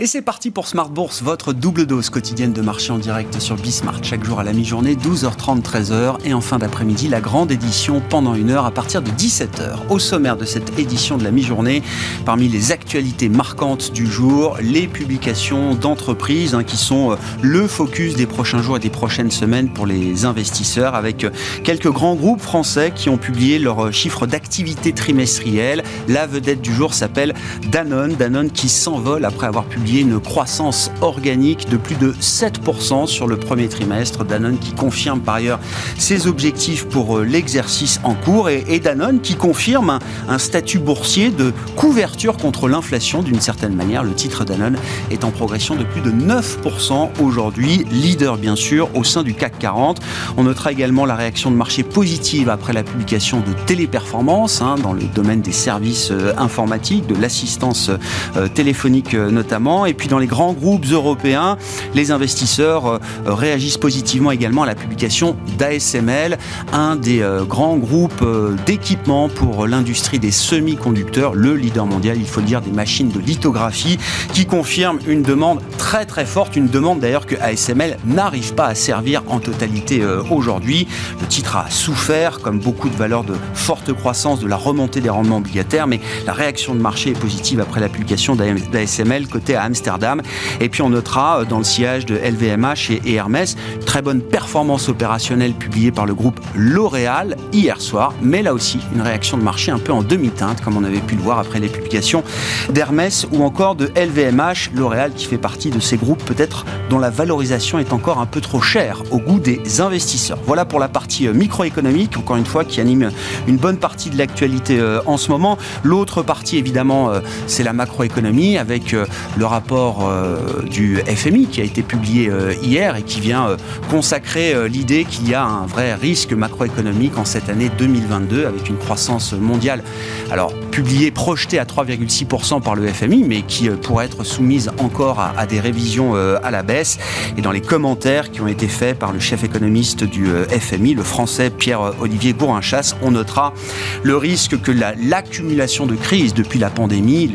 Et c'est parti pour Smart Bourse, votre double dose quotidienne de marché en direct sur Bismart. Chaque jour à la mi-journée, 12h30, 13h. Et en fin d'après-midi, la grande édition pendant 1 heure à partir de 17h. Au sommaire de cette édition de la mi-journée, parmi les actualités marquantes du jour, les publications d'entreprises qui sont le focus des prochains jours et des prochaines semaines pour les investisseurs, avec quelques grands groupes français qui ont publié leurs chiffres d'activité trimestrielle. La vedette du jour s'appelle Danone. Danone qui s'envole après avoir publié une croissance organique de plus de 7% sur le premier trimestre. Danone qui confirme par ailleurs ses objectifs pour l'exercice en cours et Danone qui confirme un statut boursier de couverture contre l'inflation d'une certaine manière. Le titre Danone est en progression de plus de 9% aujourd'hui, leader bien sûr au sein du CAC 40. On notera également la réaction de marché positive après la publication de Téléperformance dans le domaine des services informatiques, de l'assistance téléphonique notamment. Et puis dans les grands groupes européens, les investisseurs réagissent positivement également à la publication d'ASML, un des grands groupes d'équipement pour l'industrie des semi-conducteurs, le leader mondial, il faut le dire, des machines de lithographie, qui confirme une demande très très forte, une demande d'ailleurs que ASML n'arrive pas à servir en totalité aujourd'hui. Le titre a souffert, comme beaucoup de valeurs de forte croissance, de la remontée des rendements obligataires, mais la réaction de marché est positive après la publication d'ASML côté à Amsterdam. Et puis on notera dans le sillage de LVMH et Hermès, une très bonne performance opérationnelle publiée par le groupe L'Oréal hier soir, mais là aussi une réaction de marché un peu en demi-teinte, comme on avait pu le voir après les publications d'Hermès ou encore de LVMH. L'Oréal qui fait partie de ces groupes peut-être dont la valorisation est encore un peu trop chère au goût des investisseurs. Voilà pour la partie microéconomique, encore une fois, qui anime une bonne partie de l'actualité en ce moment. L'autre partie, évidemment, c'est la macroéconomie avec le rapport du FMI qui a été publié hier et qui vient consacrer l'idée qu'il y a un vrai risque macroéconomique en cette année 2022 avec une croissance mondiale, alors publiée, projetée à 3,6% par le FMI, mais qui pourrait être soumise encore à des révisions à la baisse. Et dans les commentaires qui ont été faits par le chef économiste du FMI, le français Pierre-Olivier Gourinchas, on notera le risque que l'accumulation de crises depuis la pandémie,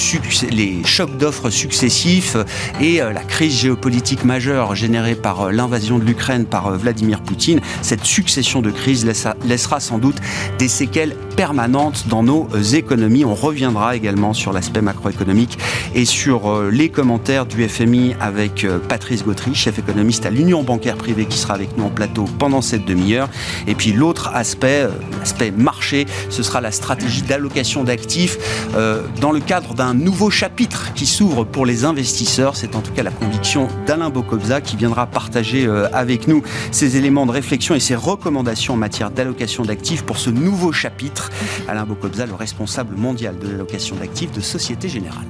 les chocs d'offres successifs et la crise géopolitique majeure générée par l'invasion de l'Ukraine par Vladimir Poutine, cette succession de crises laissera sans doute des séquelles permanentes dans nos économies. On reviendra également sur l'aspect macroéconomique et sur les commentaires du FMI avec Patrice Gautry, chef économiste à l'Union bancaire privée, qui sera avec nous en plateau pendant cette demi-heure. Et puis l'autre aspect, l'aspect marché, ce sera la stratégie d'allocation d'actifs dans le cadre d'un nouveau chapitre qui s'ouvre pour les investisseurs. C'est en tout cas la conviction d'Alain Bocobza qui viendra partager avec nous ses éléments de réflexion et ses recommandations en matière d'allocation d'actifs pour ce nouveau chapitre. Alain Bocobza, le responsable mondial de l'allocation d'actifs de Société Générale.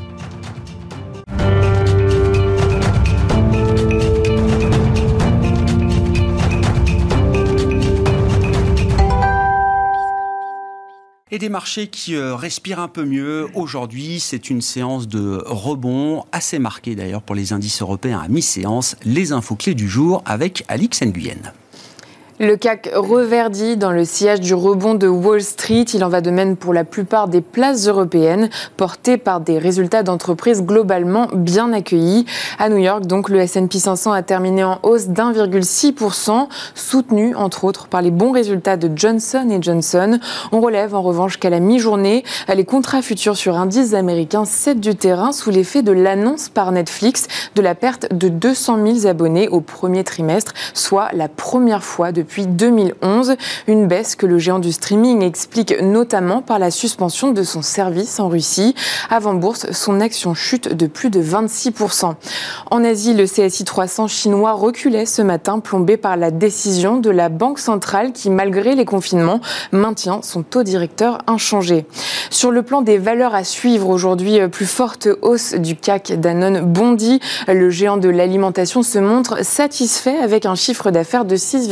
Et des marchés qui respirent un peu mieux. Aujourd'hui, c'est une séance de rebond, assez marquée d'ailleurs pour les indices européens à mi-séance. Les infos clés du jour avec Alix Nguyen. Le CAC reverdit dans le sillage du rebond de Wall Street. Il en va de même pour la plupart des places européennes, portées par des résultats d'entreprises globalement bien accueillis. À New York, donc, le S&P 500 a terminé en hausse d'1,6%, soutenu entre autres par les bons résultats de Johnson & Johnson. On relève en revanche qu'à la mi-journée, les contrats futurs sur indices américains cèdent du terrain sous l'effet de l'annonce par Netflix de la perte de 200 000 abonnés au premier trimestre, soit la première fois depuis 2011. Une baisse que le géant du streaming explique notamment par la suspension de son service en Russie. Avant bourse, son action chute de plus de 26%. En Asie, le CSI 300 chinois reculait ce matin, plombé par la décision de la Banque centrale qui, malgré les confinements, maintient son taux directeur inchangé. Sur le plan des valeurs à suivre aujourd'hui, plus forte hausse du CAC, Danone bondit. Le géant de l'alimentation se montre satisfait avec un chiffre d'affaires de 6,2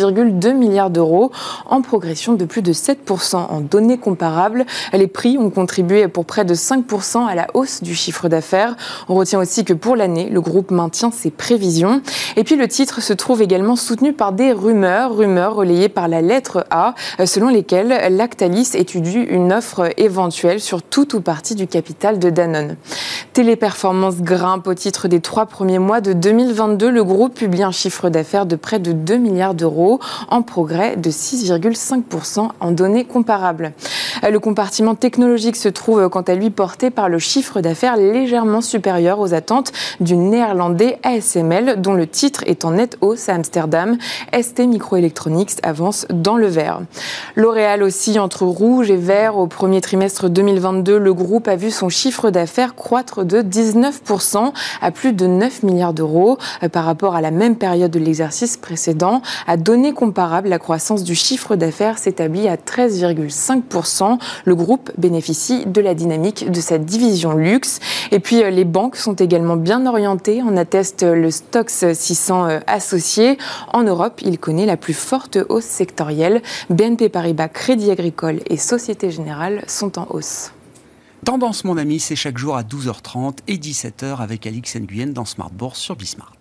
2 milliards d'euros, en progression de plus de 7% en données comparables. Les prix ont contribué pour près de 5% à la hausse du chiffre d'affaires. On retient aussi que pour l'année, le groupe maintient ses prévisions. Et puis le titre se trouve également soutenu par des rumeurs relayées par la lettre A, selon lesquelles Lactalis étudie une offre éventuelle sur tout ou partie du capital de Danone. Téléperformance grimpe au titre des 3 premiers mois de 2022. Le groupe publie un chiffre d'affaires de près de 2 milliards d'euros, en progrès de 6,5% en données comparables. Le compartiment technologique se trouve quant à lui porté par le chiffre d'affaires légèrement supérieur aux attentes du néerlandais ASML, dont le titre est en nette hausse à Amsterdam. ST Microelectronics avance dans le vert. L'Oréal aussi entre rouge et vert. Au premier trimestre 2022, le groupe a vu son chiffre d'affaires croître de 19% à plus de 9 milliards d'euros par rapport à la même période de l'exercice précédent. À données comparables, la croissance du chiffre d'affaires s'établit à 13,5%. Le groupe bénéficie de la dynamique de sa division luxe. Et puis les banques sont également bien orientées, en atteste le Stoxx 600 associé. En Europe, il connaît la plus forte hausse sectorielle. BNP Paribas, Crédit Agricole et Société Générale sont en hausse. Tendance, mon ami, c'est chaque jour à 12h30 et 17h avec Alix Nguyen dans Smart Bourse sur Bismart.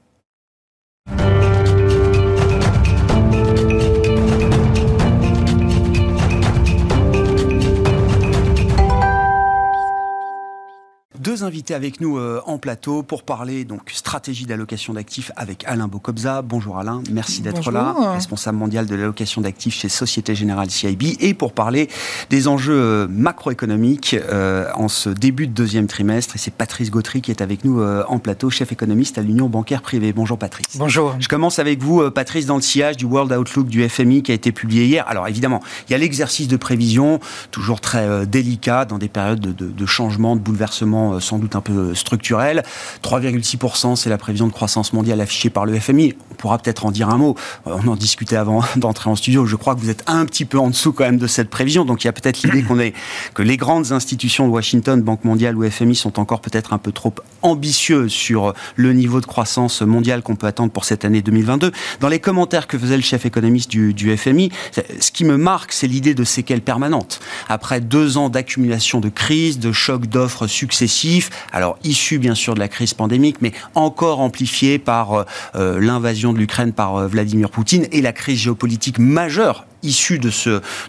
Deux invités avec nous en plateau pour parler donc stratégie d'allocation d'actifs avec Alain Bocobza. Bonjour Alain, merci d'être là, responsable mondial de l'allocation d'actifs chez Société Générale CIB, et pour parler des enjeux macroéconomiques en ce début de deuxième trimestre. Et c'est Patrice Gautry qui est avec nous en plateau, chef économiste à l'Union bancaire privée. Bonjour Patrice. Bonjour. Je commence avec vous Patrice, dans le sillage du World Outlook du FMI qui a été publié hier. Alors évidemment, il y a l'exercice de prévision, toujours très délicat dans des périodes de changement, de bouleversement sans doute un peu structurel. 3,6%, c'est la prévision de croissance mondiale affichée par le FMI. On pourra peut-être en dire un mot. On en discutait avant d'entrer en studio. Je crois que vous êtes un petit peu en dessous quand même de cette prévision. Donc il y a peut-être l'idée que les grandes institutions de Washington, Banque mondiale ou FMI, sont encore peut-être un peu trop ambitieuses sur le niveau de croissance mondiale qu'on peut attendre pour cette année 2022. Dans les commentaires que faisait le chef économiste du FMI, ce qui me marque, c'est l'idée de séquelles permanentes. Après 2 ans d'accumulation de crises, de chocs d'offres successifs, alors issus bien sûr de la crise pandémique, mais encore amplifiés par l'invasion de l'Ukraine par Vladimir Poutine et la crise géopolitique majeure issue de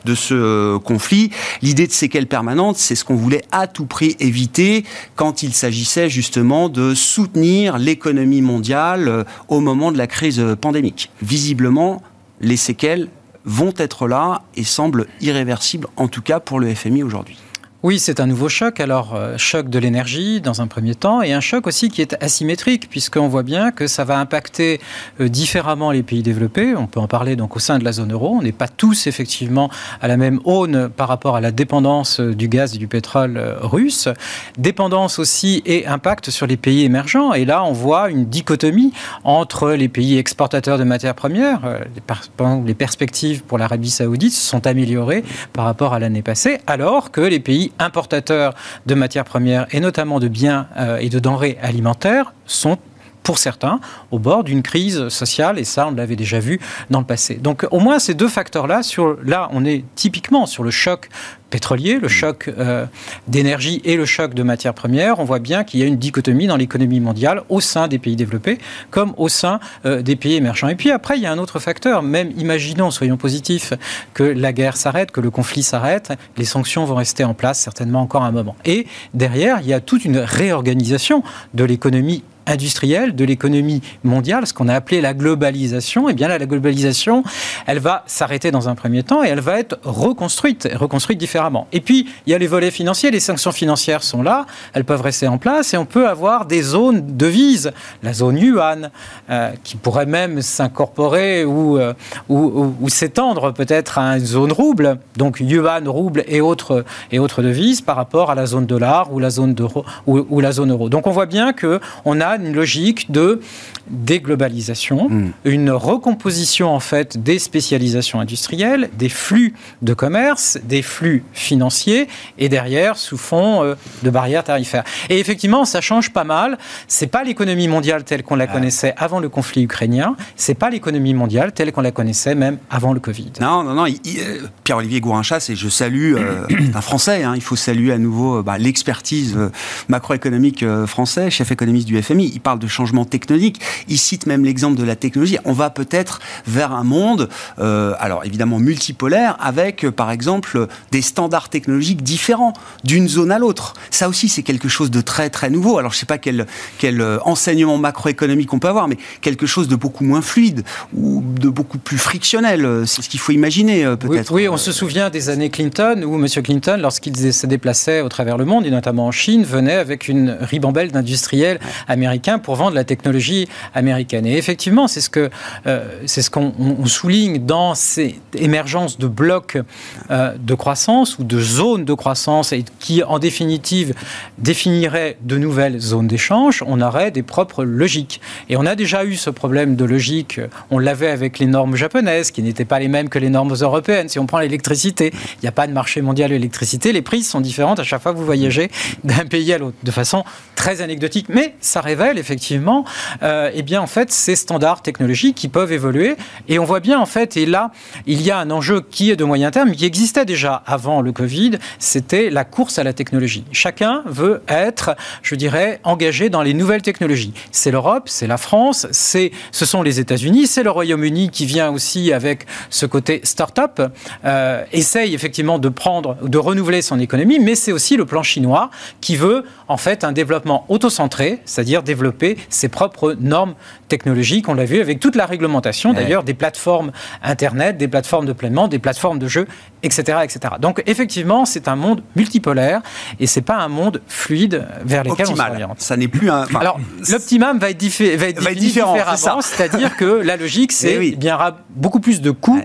ce conflit. L'idée de séquelles permanentes, c'est ce qu'on voulait à tout prix éviter quand il s'agissait justement de soutenir l'économie mondiale au moment de la crise pandémique. Visiblement, les séquelles vont être là et semblent irréversibles, en tout cas pour le FMI aujourd'hui. Oui, c'est un nouveau choc. Alors, choc de l'énergie dans un premier temps, et un choc aussi qui est asymétrique, puisqu'on voit bien que ça va impacter différemment les pays développés. On peut en parler donc au sein de la zone euro. On n'est pas tous effectivement à la même aune par rapport à la dépendance du gaz et du pétrole russe. Dépendance aussi et impact sur les pays émergents. Et là, on voit une dichotomie entre les pays exportateurs de matières premières. Les perspectives pour l'Arabie Saoudite se sont améliorées par rapport à l'année passée, alors que les pays importateurs de matières premières et notamment de biens et de denrées alimentaires sont, pour certains, au bord d'une crise sociale, et ça, on l'avait déjà vu dans le passé. Donc, au moins, ces deux facteurs-là, là, on est typiquement sur le choc pétrolier, le choc d'énergie et le choc de matières premières. On voit bien qu'il y a une dichotomie dans l'économie mondiale au sein des pays développés comme au sein des pays émergents. Et puis après, il y a un autre facteur. Même imaginons, soyons positifs, que la guerre s'arrête, que le conflit s'arrête, les sanctions vont rester en place certainement encore un moment. Et derrière, il y a toute une réorganisation de l'économie industrielle, de l'économie mondiale, ce qu'on a appelé la globalisation. Et bien là, la globalisation, elle va s'arrêter dans un premier temps et elle va être reconstruite différemment. Et puis, il y a les volets financiers, les sanctions financières sont là, elles peuvent rester en place et on peut avoir des zones devises, la zone yuan, qui pourrait même s'incorporer ou s'étendre peut-être à une zone rouble, donc yuan, rouble et autres devises par rapport à la zone dollar ou la zone euro. Donc on voit bien qu'on a a une logique de déglobalisation, une recomposition en fait des spécialisations industrielles, des flux de commerce, des flux financiers, et derrière sous fond de barrières tarifaires. Et effectivement, ça change pas mal. C'est pas l'économie mondiale telle qu'on la connaissait avant le conflit ukrainien. C'est pas l'économie mondiale telle qu'on la connaissait même avant le Covid. Non. Pierre-Olivier Gourinchas, et je salue, c'est un Français, il faut saluer à nouveau l'expertise macroéconomique français, chef économiste du FMI. Il parle de changement technologique. Il cite même l'exemple de la technologie. On va peut-être vers un monde, alors évidemment multipolaire, avec par exemple des standards technologiques différents d'une zone à l'autre. Ça aussi, c'est quelque chose de très très nouveau. Alors je ne sais pas quel enseignement macroéconomique on peut avoir, mais quelque chose de beaucoup moins fluide ou de beaucoup plus frictionnel. C'est ce qu'il faut imaginer peut-être. Oui, on se souvient des années Clinton où M. Clinton, lorsqu'il se déplaçait au travers le monde, et notamment en Chine, venait avec une ribambelle d'industriels américains pour vendre la technologie américaine. Et effectivement, c'est ce qu'on souligne dans ces émergences de blocs de croissance ou de zones de croissance, et qui, en définitive, définirait de nouvelles zones d'échange. On aurait des propres logiques. Et on a déjà eu ce problème de logique. On l'avait avec les normes japonaises, qui n'étaient pas les mêmes que les normes européennes. Si on prend l'électricité, il n'y a pas de marché mondial de l'électricité. Les prises sont différentes à chaque fois que vous voyagez d'un pays à l'autre, de façon très anecdotique. Mais ça révèle effectivement, en fait, ces standards technologiques qui peuvent évoluer. Et on voit bien, en fait, et là, il y a un enjeu qui est de moyen terme, qui existait déjà avant le Covid, c'était la course à la technologie. Chacun veut être, je dirais, engagé dans les nouvelles technologies. C'est l'Europe, c'est la France, ce sont les États-Unis, c'est le Royaume-Uni qui vient aussi avec ce côté start-up, essaye effectivement de renouveler son économie, mais c'est aussi le plan chinois qui veut en fait un développement autocentré, c'est-à-dire développer ses propres normes technologiques. On l'a vu avec toute la réglementation, d'ailleurs, des plateformes Internet, des plateformes de paiement, des plateformes de jeux, etc., etc. Donc, effectivement, c'est un monde multipolaire et c'est pas un monde fluide vers lequel on s'oriente. Ça n'est plus un... Alors, l'optimum va être défini différemment, c'est-à-dire que la logique, c'est il y aura beaucoup plus de coûts,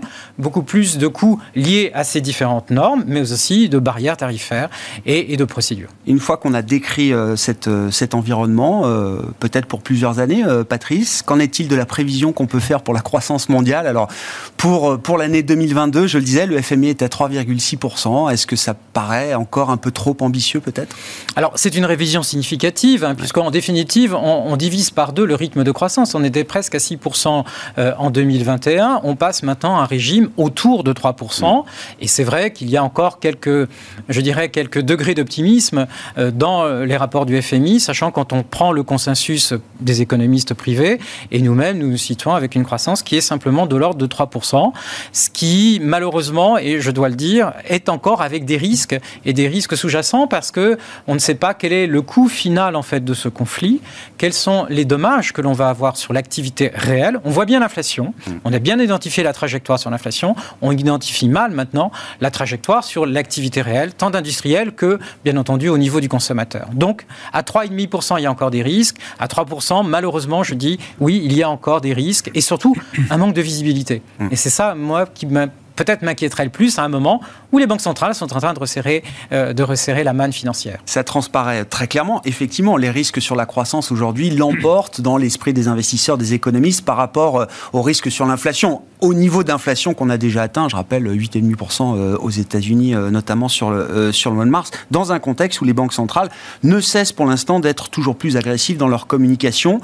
liés à ces différentes normes, mais aussi de barrières tarifaires et de procédures. Une fois qu'on a décrit cet environnement, peut-être pour plusieurs années, Patrice, qu'en est-il de la prévision qu'on peut faire pour la croissance mondiale ? Alors, pour l'année 2022, je le disais, le FMI est à 3,6%. Est-ce que ça paraît encore un peu trop ambitieux, peut-être ? Alors, c'est une révision significative, puisqu'en définitive, on divise par 2 le rythme de croissance. On était presque à 6% en 2021. On passe maintenant à un régime autour de 3%. Et c'est vrai qu'il y a encore quelques degrés d'optimisme dans les rapports du FMI, sachant quand on prend le consensus des économistes privés, et nous-mêmes, nous nous situons avec une croissance qui est simplement de l'ordre de 3%, ce qui, malheureusement, et je dois le dire, est encore avec des risques, et des risques sous-jacents, parce qu'on ne sait pas quel est le coût final, en fait, de ce conflit, quels sont les dommages que l'on va avoir sur l'activité réelle. On voit bien l'inflation, on a bien identifié la trajectoire sur l'inflation, on identifie mal, maintenant, la trajectoire sur l'activité réelle, tant d'industriels que, bien entendu, au niveau du consommateur. Donc, à 3,5%, il y a encore des risques. À 3%, malheureusement, je dis, oui, il y a encore des risques. Et surtout, un manque de visibilité. Et c'est ça, moi, qui peut-être m'inquiéterait le plus à un moment où les banques centrales sont en train de resserrer la manne financière. Ça transparaît très clairement. Effectivement, les risques sur la croissance aujourd'hui l'emportent dans l'esprit des investisseurs, des économistes par rapport aux risques sur l'inflation. Au niveau d'inflation qu'on a déjà atteint, je rappelle, 8,5% aux États-Unis, notamment sur le mois de mars, dans un contexte où les banques centrales ne cessent pour l'instant d'être toujours plus agressives dans leur communication.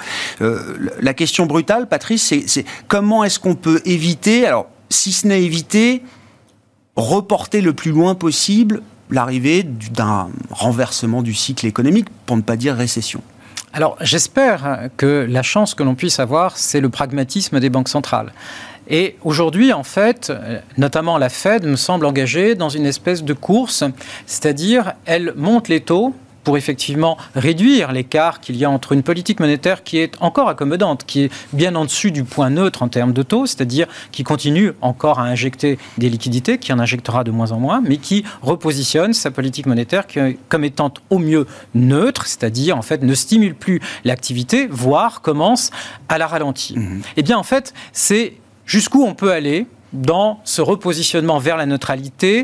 La question brutale, Patrice, c'est comment est-ce qu'on peut éviter... Alors, si ce n'est éviter, reporter le plus loin possible l'arrivée d'un renversement du cycle économique, pour ne pas dire récession. Alors, j'espère que la chance que l'on puisse avoir, c'est le pragmatisme des banques centrales. Et aujourd'hui, en fait, notamment la Fed me semble engagée dans une espèce de course, c'est-à-dire elle monte les taux pour effectivement réduire l'écart qu'il y a entre une politique monétaire qui est encore accommodante, qui est bien en dessus du point neutre en termes de taux, c'est-à-dire qui continue encore à injecter des liquidités, qui en injectera de moins en moins, mais qui repositionne sa politique monétaire comme étant au mieux neutre, c'est-à-dire en fait ne stimule plus l'activité, voire commence à la ralentir. Eh bien en fait, c'est jusqu'où on peut aller dans ce repositionnement vers la neutralité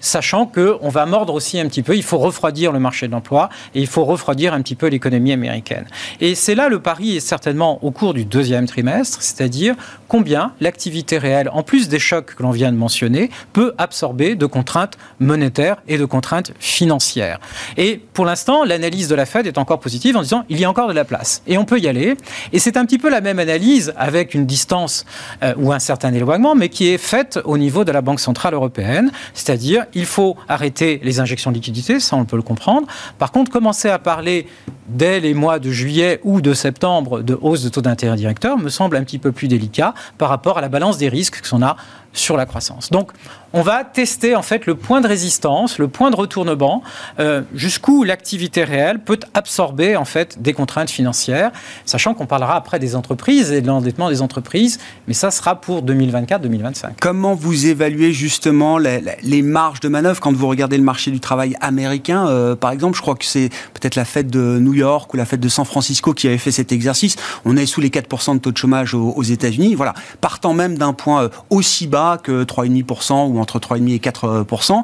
sachant qu'on va mordre aussi un petit peu, il faut refroidir le marché de l'emploi et il faut refroidir un petit peu l'économie américaine. Et c'est là le pari est certainement au cours du deuxième trimestre, c'est-à-dire combien l'activité réelle, en plus des chocs que l'on vient de mentionner, peut absorber de contraintes monétaires et de contraintes financières. Et pour l'instant, l'analyse de la Fed est encore positive en disant il y a encore de la place et on peut y aller. Et c'est un petit peu la même analyse avec une distance ou un certain éloignement, mais qui est faite au niveau de la Banque centrale européenne, c'est-à-dire il faut arrêter les injections de liquidités, ça on peut le comprendre. Par contre, commencer à parler dès les mois de juillet ou de septembre de hausse de taux d'intérêt directeur me semble un petit peu plus délicat par rapport à la balance des risques que l'on a sur la croissance. Donc, on va tester en fait le point de résistance, le point de retournement, jusqu'où l'activité réelle peut absorber en fait des contraintes financières, sachant qu'on parlera après des entreprises et de l'endettement des entreprises, mais ça sera pour 2024-2025. Comment vous évaluez justement les marges de manœuvre quand vous regardez le marché du travail américain, par exemple? Je crois que c'est peut-être la Fed de New York ou la Fed de San Francisco qui avait fait cet exercice. On est sous les 4% de taux de chômage aux États-Unis. Voilà, partant même d'un point aussi bas que 3,5% ou entre 3,5% et 4%,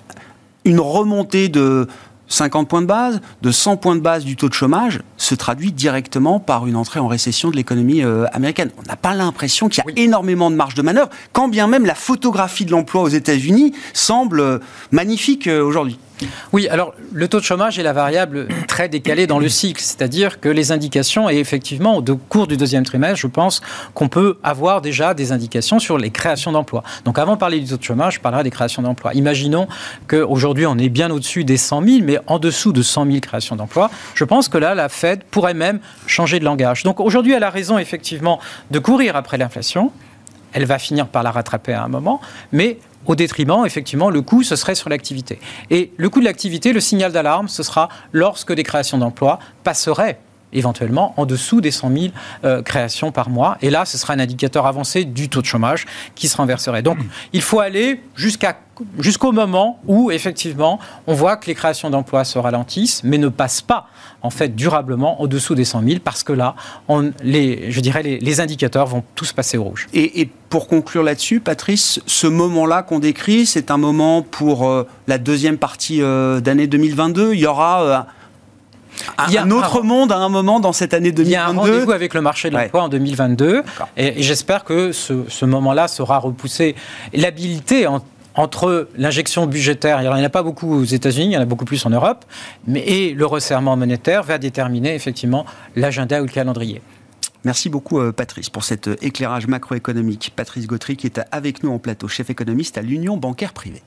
une remontée de 50 points de base, de 100 points de base du taux de chômage se traduit directement par une entrée en récession de l'économie américaine. On n'a pas l'impression qu'il y a énormément de marge de manœuvre, quand bien même la photographie de l'emploi aux États-Unis semble magnifique aujourd'hui. Oui, alors le taux de chômage est la variable très décalée dans le cycle, c'est-à-dire que les indications, et effectivement au cours du deuxième trimestre, je pense qu'on peut avoir déjà des indications sur les créations d'emplois. Donc avant de parler du taux de chômage, je parlerai des créations d'emplois. Imaginons qu'aujourd'hui on est bien au-dessus des 100 000, mais en dessous de 100 000 créations d'emplois. Je pense que là, la Fed pourrait même changer de langage. Donc aujourd'hui, elle a raison effectivement de courir après l'inflation. Elle va finir par la rattraper à un moment, mais au détriment, effectivement, le coût, ce serait sur l'activité. Et le coût de l'activité, le signal d'alarme, ce sera lorsque des créations d'emplois passeraient éventuellement en dessous des 100 000 créations par mois. Et là, ce sera un indicateur avancé du taux de chômage qui se renverserait. Donc, il faut aller jusqu'au moment où, effectivement, on voit que les créations d'emplois se ralentissent, mais ne passent pas, en fait, durablement au-dessous des 100 000, parce que là, les indicateurs vont tous passer au rouge. Et pour conclure là-dessus, Patrice, ce moment-là qu'on décrit, c'est un moment pour la deuxième partie d'année 2022. Il y aura... Il y a un autre monde à un moment dans cette année 2022. Il y a un rendez-vous avec le marché de l'emploi en 2022 et j'espère que ce moment-là sera repoussé. L'habilité entre l'injection budgétaire, il n'y en a pas beaucoup aux États-Unis, il y en a beaucoup plus en Europe, et le resserrement monétaire va déterminer effectivement l'agenda ou le calendrier. Merci beaucoup Patrice pour cet éclairage macroéconomique. Patrice Gautry qui est avec nous en plateau, chef économiste à l'Union bancaire privée.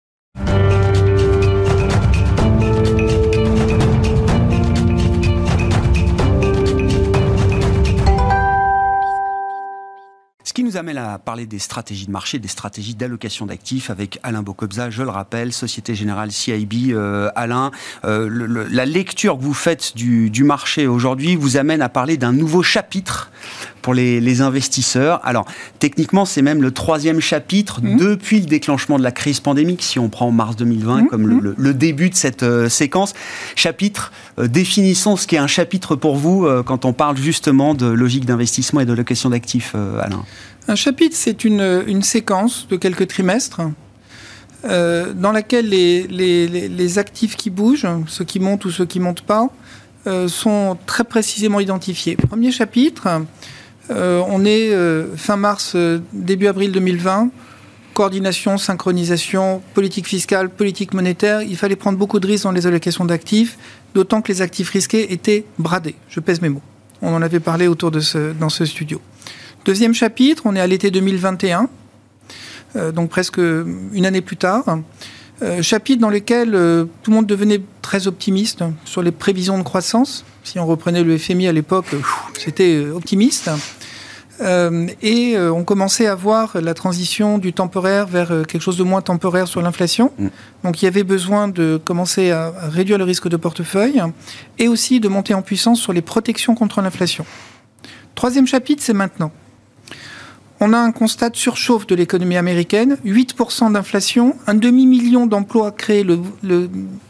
Ce qui nous amène à parler des stratégies de marché, des stratégies d'allocation d'actifs avec Alain Bocobza, je le rappelle, Société Générale CIB. Alain, la lecture que vous faites du marché aujourd'hui vous amène à parler d'un nouveau chapitre pour les investisseurs. Alors, techniquement, c'est même le troisième chapitre depuis le déclenchement de la crise pandémique, si on prend mars 2020 comme le début de cette séquence. Chapitre, définissons ce qu'est un chapitre pour vous quand on parle justement de logique d'investissement et d'allocation d'actifs, Alain. Un chapitre, c'est une séquence de quelques trimestres dans laquelle les actifs qui bougent, ceux qui montent ou ceux qui ne montent pas, sont très précisément identifiés. Premier chapitre, on est fin mars, début avril 2020, coordination, synchronisation, politique fiscale, politique monétaire. Il fallait prendre beaucoup de risques dans les allocations d'actifs, d'autant que les actifs risqués étaient bradés. Je pèse mes mots. On en avait parlé dans ce studio. Deuxième chapitre, on est à l'été 2021, donc presque une année plus tard. Chapitre dans lequel tout le monde devenait très optimiste sur les prévisions de croissance. Si on reprenait le FMI à l'époque, c'était optimiste. Et on commençait à voir la transition du temporaire vers quelque chose de moins temporaire sur l'inflation. Donc il y avait besoin de commencer à réduire le risque de portefeuille et aussi de monter en puissance sur les protections contre l'inflation. Troisième chapitre, c'est maintenant. On a un constat de surchauffe de l'économie américaine, 8% d'inflation, un demi-million d'emplois créés le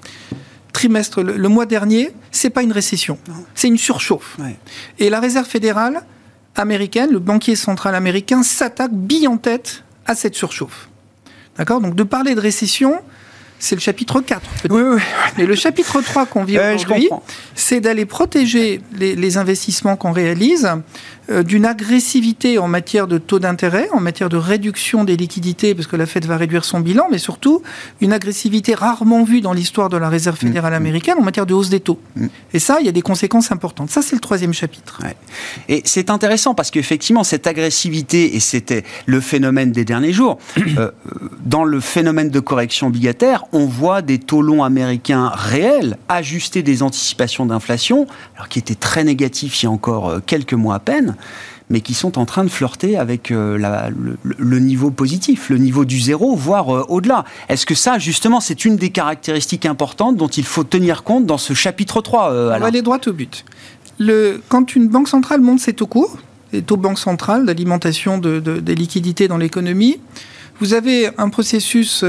mois dernier. C'est pas une récession, c'est une surchauffe. Ouais. Et la Réserve fédérale américaine, le banquier central américain, s'attaque bille en tête à cette surchauffe. D'accord ? Donc de parler de récession, c'est le chapitre 4. Oui. Mais le chapitre 3 qu'on vit aujourd'hui, c'est d'aller protéger les investissements qu'on réalise d'une agressivité en matière de taux d'intérêt, en matière de réduction des liquidités, parce que la Fed va réduire son bilan, mais surtout une agressivité rarement vue dans l'histoire de la Réserve fédérale américaine en matière de hausse des taux. Et ça, il y a des conséquences importantes. Ça, c'est le 3e chapitre. Ouais. Et c'est intéressant parce qu'effectivement, cette agressivité, et c'était le phénomène des derniers jours, dans le phénomène de correction obligataire, on voit des taux longs américains réels ajuster des anticipations d'inflation, alors qui étaient très négatifs il y a encore quelques mois à peine, mais qui sont en train de flirter avec le niveau positif, le niveau du zéro, voire au-delà. Est-ce que ça, justement, c'est une des caractéristiques importantes dont il faut tenir compte dans ce chapitre 3, On va aller droit au but. Quand une banque centrale monte ses taux courts, les taux banque centrale d'alimentation des liquidités dans l'économie, vous avez un processus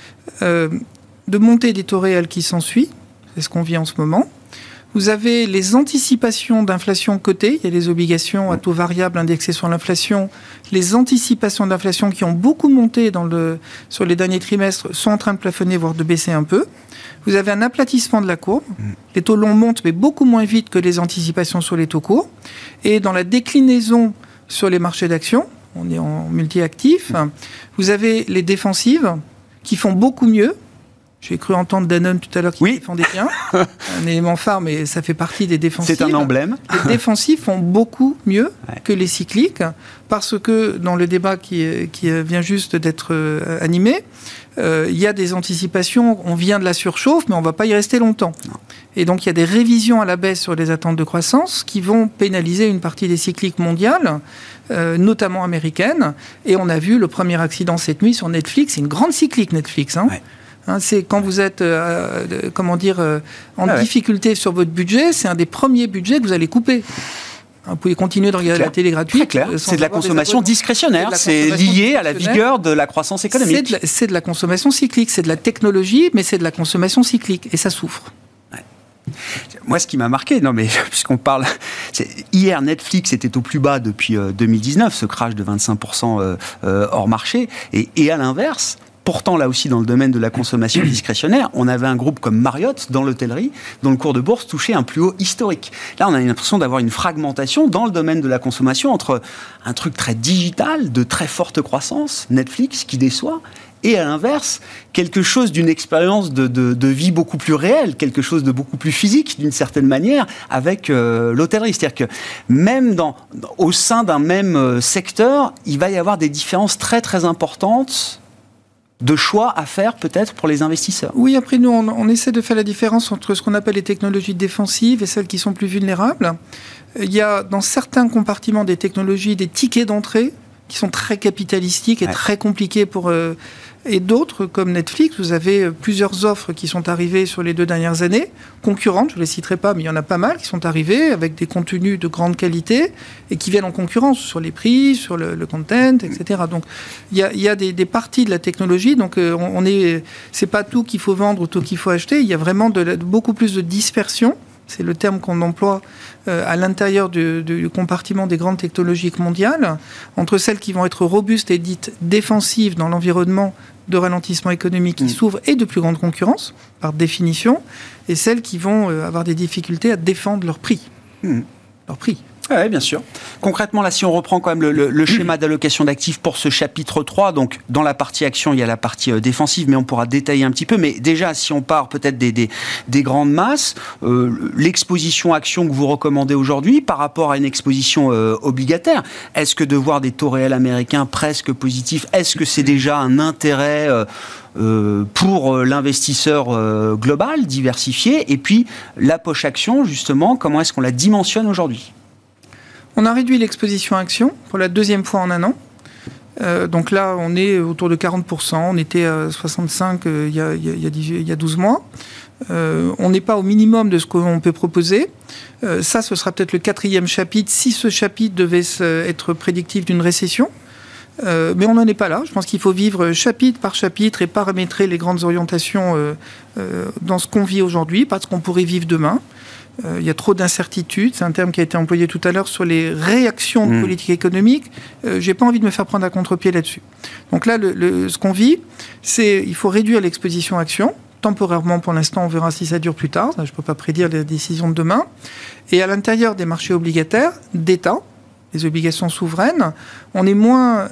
de montée des taux réels qui s'ensuit, c'est ce qu'on vit en ce moment. Vous avez les anticipations d'inflation cotées, il y a les obligations à taux variable indexées sur l'inflation, les anticipations d'inflation qui ont beaucoup monté sur les derniers trimestres sont en train de plafonner, voire de baisser un peu. Vous avez un aplatissement de la courbe, les taux longs montent mais beaucoup moins vite que les anticipations sur les taux courts, et dans la déclinaison sur les marchés d'actions, on est en multi-actifs, vous avez les défensives qui font beaucoup mieux. J'ai cru entendre Danone tout à l'heure qui défendait bien. Un élément phare, mais ça fait partie des défensifs. C'est un emblème. Les défensifs font beaucoup mieux que les cycliques, parce que dans le débat qui vient juste d'être animé, il y a des anticipations, on vient de la surchauffe, mais on ne va pas y rester longtemps. Non. Et donc il y a des révisions à la baisse sur les attentes de croissance qui vont pénaliser une partie des cycliques mondiales, notamment américaines. Et on a vu le premier accident cette nuit sur Netflix, c'est une grande cyclique Netflix, hein. Ouais. C'est quand vous êtes en difficulté sur votre budget, c'est un des premiers budgets que vous allez couper. Vous pouvez continuer de regarder la télé gratuite. Très clair. C'est de la consommation discrétionnaire. C'est lié à la vigueur de la croissance économique. C'est de la consommation cyclique. C'est de la technologie, mais c'est de la consommation cyclique. Et ça souffre. Moi, ce qui m'a marqué, puisqu'on parle... Hier, Netflix était au plus bas depuis 2019, ce crash de 25% hors marché. Et à l'inverse... Pourtant, là aussi, dans le domaine de la consommation discrétionnaire, on avait un groupe comme Marriott, dans l'hôtellerie, dont le cours de bourse touchait un plus haut historique. Là, on a l'impression d'avoir une fragmentation dans le domaine de la consommation entre un truc très digital, de très forte croissance, Netflix, qui déçoit, et à l'inverse, quelque chose d'une expérience de vie beaucoup plus réelle, quelque chose de beaucoup plus physique, d'une certaine manière, avec l'hôtellerie. C'est-à-dire que même au sein d'un même secteur, il va y avoir des différences très, très importantes de choix à faire peut-être pour les investisseurs. Oui, après nous, on essaie de faire la différence entre ce qu'on appelle les technologies défensives et celles qui sont plus vulnérables. Il y a dans certains compartiments des technologies, des tickets d'entrée qui sont très capitalistiques et très compliqués pour... Et d'autres, comme Netflix, vous avez plusieurs offres qui sont arrivées sur les 2 dernières années, concurrentes, je ne les citerai pas, mais il y en a pas mal qui sont arrivées avec des contenus de grande qualité et qui viennent en concurrence sur les prix, sur le content, etc. Donc, il y a des parties de la technologie, donc c'est pas tout qu'il faut vendre ou tout qu'il faut acheter, il y a vraiment beaucoup plus de dispersion. C'est le terme qu'on emploie à l'intérieur du compartiment des grandes technologies mondiales, entre celles qui vont être robustes et dites défensives dans l'environnement de ralentissement économique qui s'ouvre et de plus grande concurrence, par définition, et celles qui vont avoir des difficultés à défendre leur prix. Leur prix. Oui, bien sûr. Concrètement, là, si on reprend quand même le schéma d'allocation d'actifs pour ce chapitre 3, donc dans la partie action, il y a la partie défensive, mais on pourra détailler un petit peu. Mais déjà, si on part peut-être des grandes masses, l'exposition action que vous recommandez aujourd'hui par rapport à une exposition obligataire, est-ce que de voir des taux réels américains presque positifs, est-ce que c'est déjà un intérêt pour l'investisseur global, diversifié? Et puis, la poche action, justement, comment est-ce qu'on la dimensionne aujourd'hui? On a réduit l'exposition action pour la 2e fois en un an. Donc là, on est autour de 40%. On était à 65% il y a 12 mois. On n'est pas au minimum de ce qu'on peut proposer. Ça, ce sera peut-être le 4e chapitre, si ce chapitre devait être prédictif d'une récession. Mais on n'en est pas là. Je pense qu'il faut vivre chapitre par chapitre et paramétrer les grandes orientations dans ce qu'on vit aujourd'hui, parce qu'on pourrait vivre demain. Il y a trop d'incertitudes, c'est un terme qui a été employé tout à l'heure sur les réactions de politique économique. J'ai pas envie de me faire prendre à contre-pied là-dessus. Donc là, ce qu'on vit, c'est il faut réduire l'exposition action temporairement pour l'instant, on verra si ça dure plus tard. Je ne peux pas prédire les décisions de demain. Et à l'intérieur des marchés obligataires d'État, les obligations souveraines, on est moins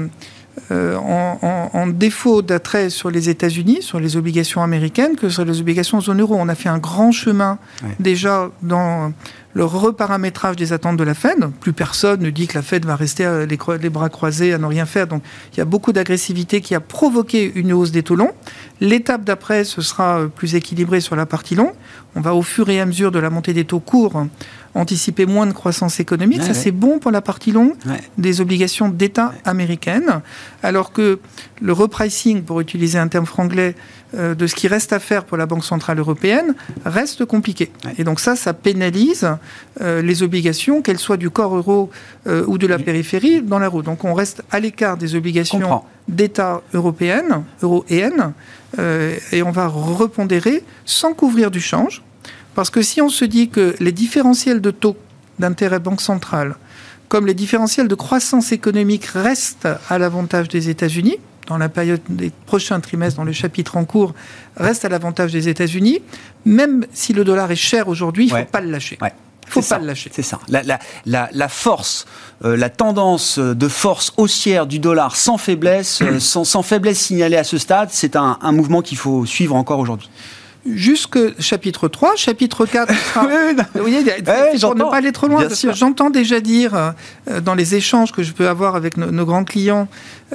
en défaut d'attrait sur les États-Unis, sur les obligations américaines, que sur les obligations zone euro. On a fait un grand chemin déjà dans le reparamétrage des attentes de la Fed. Plus personne ne dit que la Fed va rester les bras croisés à ne rien faire. Donc il y a beaucoup d'agressivité qui a provoqué une hausse des taux longs. L'étape d'après, ce sera plus équilibré sur la partie longue. On va au fur et à mesure de la montée des taux courts anticiper moins de croissance économique. C'est bon pour la partie longue des obligations d'État américaines. Alors que le repricing, pour utiliser un terme franglais, de ce qui reste à faire pour la Banque Centrale Européenne, reste compliqué. Et donc ça pénalise les obligations, qu'elles soient du corps euro ou de la périphérie, dans la roue. Donc on reste à l'écart des obligations d'État européennes, euro-EN, et on va repondérer sans couvrir du change. Parce que si on se dit que les différentiels de taux d'intérêt banque centrale, comme les différentiels de croissance économique restent à l'avantage des États-Unis, dans la période des prochains trimestres, dans le chapitre en cours, restent à l'avantage des États-Unis, même si le dollar est cher aujourd'hui, il ne faut pas le lâcher. Il ne faut pas le lâcher. C'est ça. La force, la tendance de force haussière du dollar sans faiblesse, sans faiblesse signalée à ce stade, c'est un mouvement qu'il faut suivre encore aujourd'hui. Jusque chapitre 3, chapitre 4, vous voyez, pour ne pas aller trop loin, parce que j'entends déjà dire dans les échanges que je peux avoir avec nos grands clients,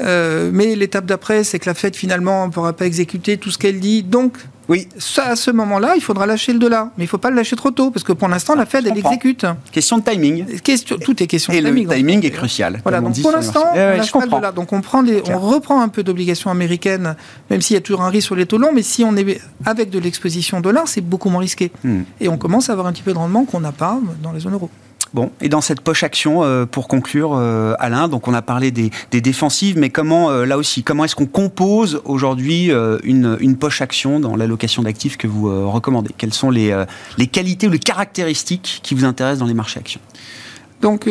mais l'étape d'après, c'est que la Fed finalement ne pourra pas exécuter tout ce qu'elle dit, donc ça, à ce moment-là, il faudra lâcher le dollar, mais il ne faut pas le lâcher trop tôt, parce que pour l'instant, la Fed, elle exécute. Question de timing. Tout est question de timing. Et le timing est crucial. Voilà, donc pour l'instant, on lâche pas le dollar. Donc on reprend un peu d'obligations américaines, même s'il y a toujours un risque sur les taux longs, mais si on est avec de l'exposition dollar, c'est beaucoup moins risqué. Et on commence à avoir un petit peu de rendement qu'on n'a pas dans les zones euro. Bon, et dans cette poche action, pour conclure, Alain, donc on a parlé des défensives, mais comment est-ce qu'on compose aujourd'hui une poche action dans l'allocation d'actifs que vous recommandez ? Quelles sont les qualités ou les caractéristiques qui vous intéressent dans les marchés actions ? Donc,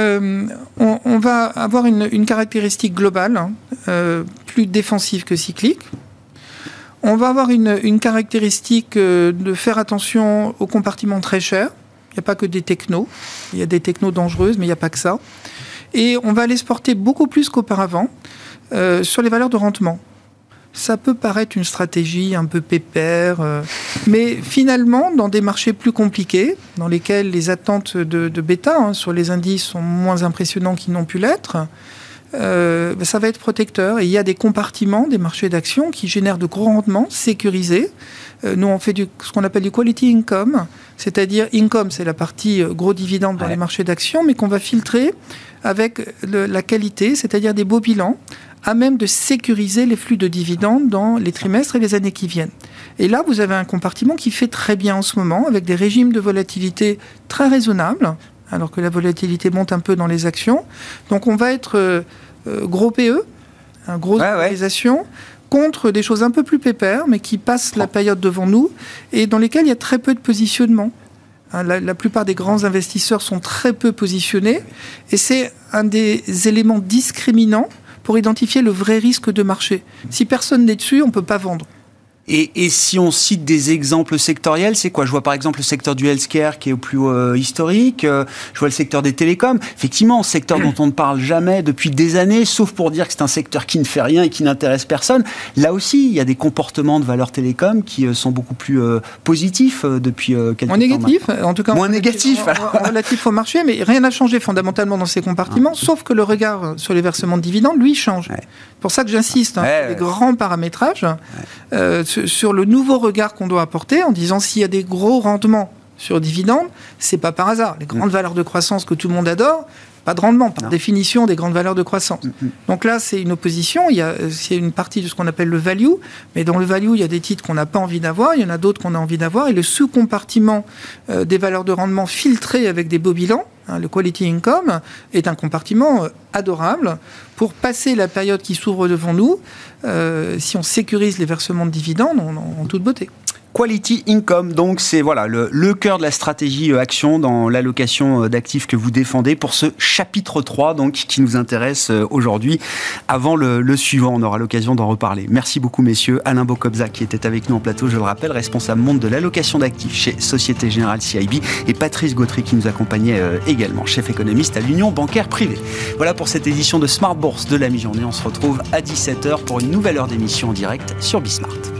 on va avoir une caractéristique globale, plus défensive que cyclique. On va avoir une caractéristique de faire attention aux compartiments très chers. Il n'y a pas que des technos. Il y a des technos dangereuses, mais il n'y a pas que ça. Et on va les porter beaucoup plus qu'auparavant sur les valeurs de rendement. Ça peut paraître une stratégie un peu pépère, mais finalement, dans des marchés plus compliqués, dans lesquels les attentes de bêta sur les indices sont moins impressionnants qu'ils n'ont pu l'être, ça va être protecteur. Et il y a des compartiments, des marchés d'actions qui génèrent de gros rendements sécurisés. Nous, on fait ce qu'on appelle du quality income, c'est-à-dire income, c'est la partie gros dividendes dans les marchés d'actions, mais qu'on va filtrer avec la qualité, c'est-à-dire des beaux bilans, à même de sécuriser les flux de dividendes dans les trimestres et les années qui viennent. Et là, vous avez un compartiment qui fait très bien en ce moment, avec des régimes de volatilité très raisonnables, alors que la volatilité monte un peu dans les actions. Donc on va être gros PE, grosse valorisation, contre des choses un peu plus pépères, mais qui passent la période devant nous, et dans lesquelles il y a très peu de positionnement. La plupart des grands investisseurs sont très peu positionnés, et c'est un des éléments discriminants pour identifier le vrai risque de marché. Si personne n'est dessus, on ne peut pas vendre. Et si on cite des exemples sectoriels, c'est quoi ? Je vois par exemple le secteur du healthcare qui est au plus haut historique, je vois le secteur des télécoms, effectivement, secteur dont on ne parle jamais depuis des années, sauf pour dire que c'est un secteur qui ne fait rien et qui n'intéresse personne. Là aussi, il y a des comportements de valeurs télécom qui sont beaucoup plus positifs depuis quelques temps. Moins négatifs, en tout cas. Moins négatifs. Relatif au marché, mais rien n'a changé fondamentalement dans ces compartiments, sauf que le regard sur les versements de dividendes, lui, change. C'est pour ça que j'insiste, les grands paramétrages, sur le nouveau regard qu'on doit apporter en disant s'il y a des gros rendements sur dividendes, c'est pas par hasard. Les grandes valeurs de croissance que tout le monde adore, pas de rendement, par définition des grandes valeurs de croissance. Donc là, c'est une opposition. Il y a une partie de ce qu'on appelle le value, mais dans le value, il y a des titres qu'on n'a pas envie d'avoir, il y en a d'autres qu'on a envie d'avoir, et le sous-compartiment des valeurs de rendement filtrées avec des beaux bilans, le quality income, est un compartiment adorable pour passer la période qui s'ouvre devant nous, si on sécurise les versements de dividendes en toute beauté. Quality Income. Donc c'est voilà le cœur de la stratégie action dans l'allocation d'actifs que vous défendez pour ce chapitre 3 donc qui nous intéresse aujourd'hui. Avant le suivant, on aura l'occasion d'en reparler. Merci beaucoup messieurs. Alain Bocobza qui était avec nous en plateau, je le rappelle, responsable monde de l'allocation d'actifs chez Société Générale CIB, et Patrice Gautry qui nous accompagnait également, chef économiste à l'Union bancaire privée. Voilà pour cette édition de Smart Bourse de la mi-journée. On se retrouve à 17h pour une nouvelle heure d'émission en direct sur Bismart.